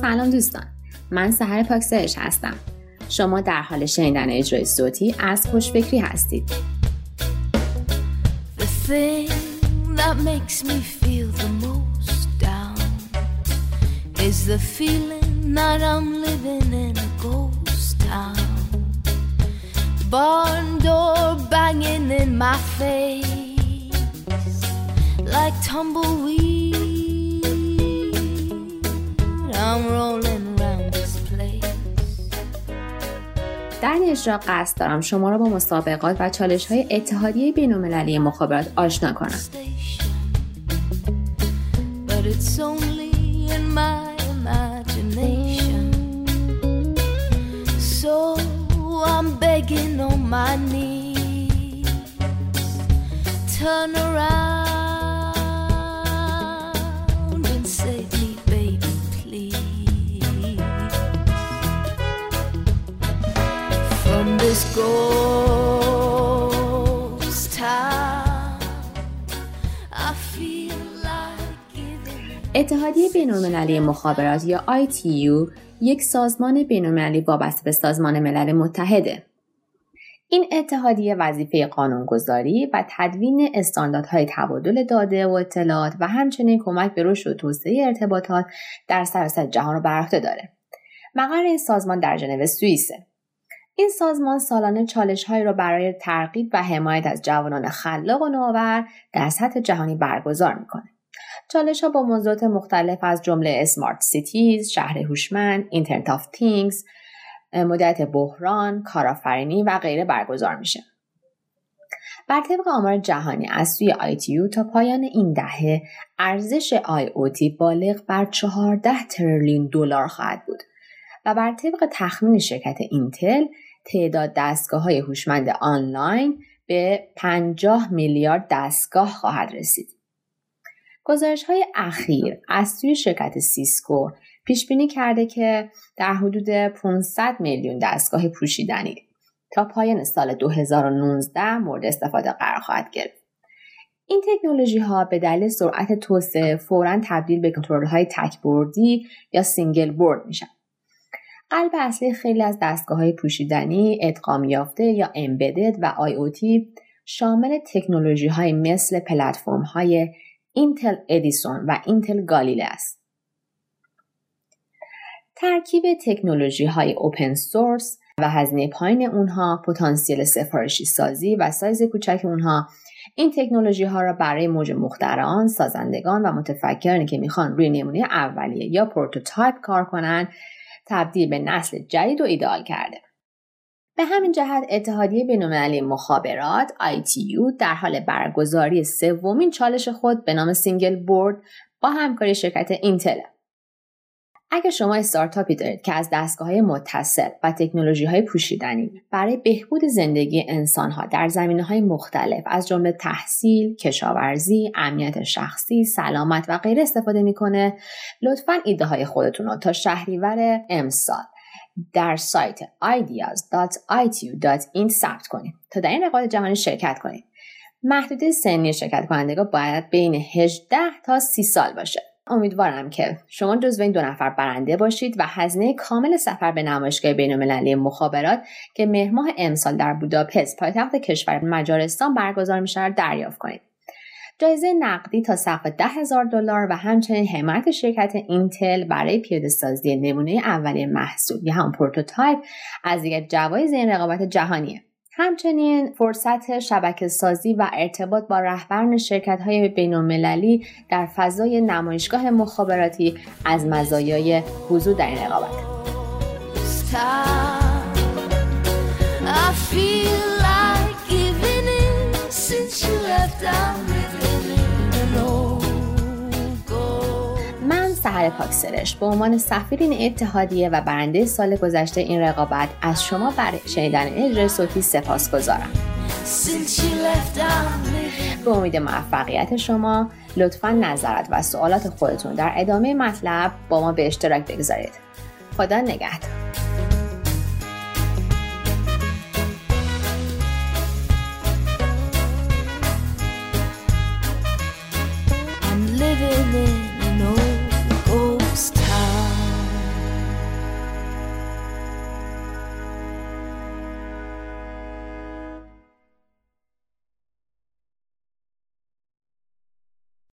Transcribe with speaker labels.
Speaker 1: سلام دوستان، من سحر پاکسرش هستم. شما در حال شنیدن اجرای صوتی از خوشفکری هستید.
Speaker 2: The thing that makes me feel the most down is the feeling that I'm living in a ghost town. Barn door banging in my face like tumbleweed. I'm rolling around this place.
Speaker 1: در این اجرا قصد دارم شما را با مسابقات و چالش‌های اتحادیه بین‌المللی مخابرات آشنا کنم.
Speaker 2: But it's only in my imagination. So I'm begging on my knees. Turn around and save me, baby, please. From this ghost town, I feel like giving.
Speaker 1: اتحادیه بین‌المللی مخابرات یا ITU یک سازمان بین‌المللی وابسته به سازمان ملل متحده. این اتحادیه وظیفه قانونگذاری و تدوین استانداردهای تبادل داده و اطلاعات و همچنین کمک به رشد و توسعه ارتباطات در سراسر جهان را بر عهده داره. مقر این سازمان در ژنو سوئیسه. این سازمان سالانه چالش‌هایی را برای ترغیب و حمایت از جوانان خلاق و نوآور در سطح جهانی برگزار می‌کنه. چالش‌ها با موضوعات مختلف از جمله اسمارت سیتیز، شهر هوشمند، اینترنت آف تینگز، مدیریت بحران، کارآفرینی و غیره برگزار میشه. بر طبق آمار جهانی از سوی ITU تا پایان این دهه ارزش IoT بالغ بر 14 تریلیون دلار خواهد بود و بر طبق تخمین شرکت اینتل تعداد دستگاه‌های هوشمند آنلاین به 50 میلیارد دستگاه خواهد رسید. گزارش‌های اخیر از سوی شرکت سیسکو پیش بینی کرده که در حدود 500 میلیون دستگاه پوشیدنی تا پایان سال 2019 مورد استفاده قرار خواهد گرفت. این تکنولوژی‌ها به دلیل سرعت توسعه فوراً تبدیل به کنترل‌های تک بردی یا سینگل برد میشن. قلب اصلی خیلی از دستگاه‌های پوشیدنی ادغام یافته یا امبدد و IoT شامل تکنولوژی‌های مثل پلتفرم‌های اینتل ادیسون و اینتل گالیله است. ترکیب تکنولوژی‌های اوپن سورس و هزینه پایین اونها، پتانسیل سفارشی سازی و سایز کوچک اونها این تکنولوژی‌ها را برای موج مخترعان، سازندگان و متفکرانی که میخوان روی نمونه اولیه یا پروتوتایپ کار کنن تبدیل به نسل جدید و ایدئال کرده. به همین جهت اتحادیه بین‌المللی مخابرات ITU در حال برگزاری سومین چالش خود به نام سینگل بورد با همکاری شرکت اینتل. اگر شما استارتاپی دارید که از دستگاه‌های متصل و تکنولوژی‌های پوشیدنی برای بهبود زندگی انسان‌ها در زمینه‌های مختلف از جمله تحصیل، کشاورزی، امنیت شخصی، سلامت و غیره استفاده می‌کنه، لطفاً ایده‌های خودتون رو تا شهریور امسال در سایت ideas.itu.in ثبت کنید تا در این رقابت جهانی شرکت کنید. محدوده سنی شرکت کنندگان باید بین 18 تا 30 سال باشه. امیدوارم که شما جزو این 2 نفر برنده باشید و هزینه کامل سفر به نمایشگاه بین‌المللی مخابرات که مهر ماه امسال در بوداپست پایتخت کشور مجارستان برگزار میشه دریافت کنید. جایزه نقدی تا سقف $10,000 و همچنین حمایت شرکت اینتل برای پیاده‌سازی نمونه اولیه محصول یا هم پروتوتایپ از دیگر جوایز این رقابت جهانیه. همچنین فرصت شبکه سازی و ارتباط با رهبران شرکت‌های بین‌المللی در فضای نمایشگاه مخابراتی از مزایای حضور در این رقابت. من سحر پاکسرش به عنوان سفیر این اتحادیه و برنده سال گذشته این رقابت از شما برای شنیدن اجرای صوتی سپاسگزارم. به امید موفقیت شما لطفاً نظرات و سوالات خودتون در ادامه مطلب با ما به اشتراک بگذارید. خدا نگهدار.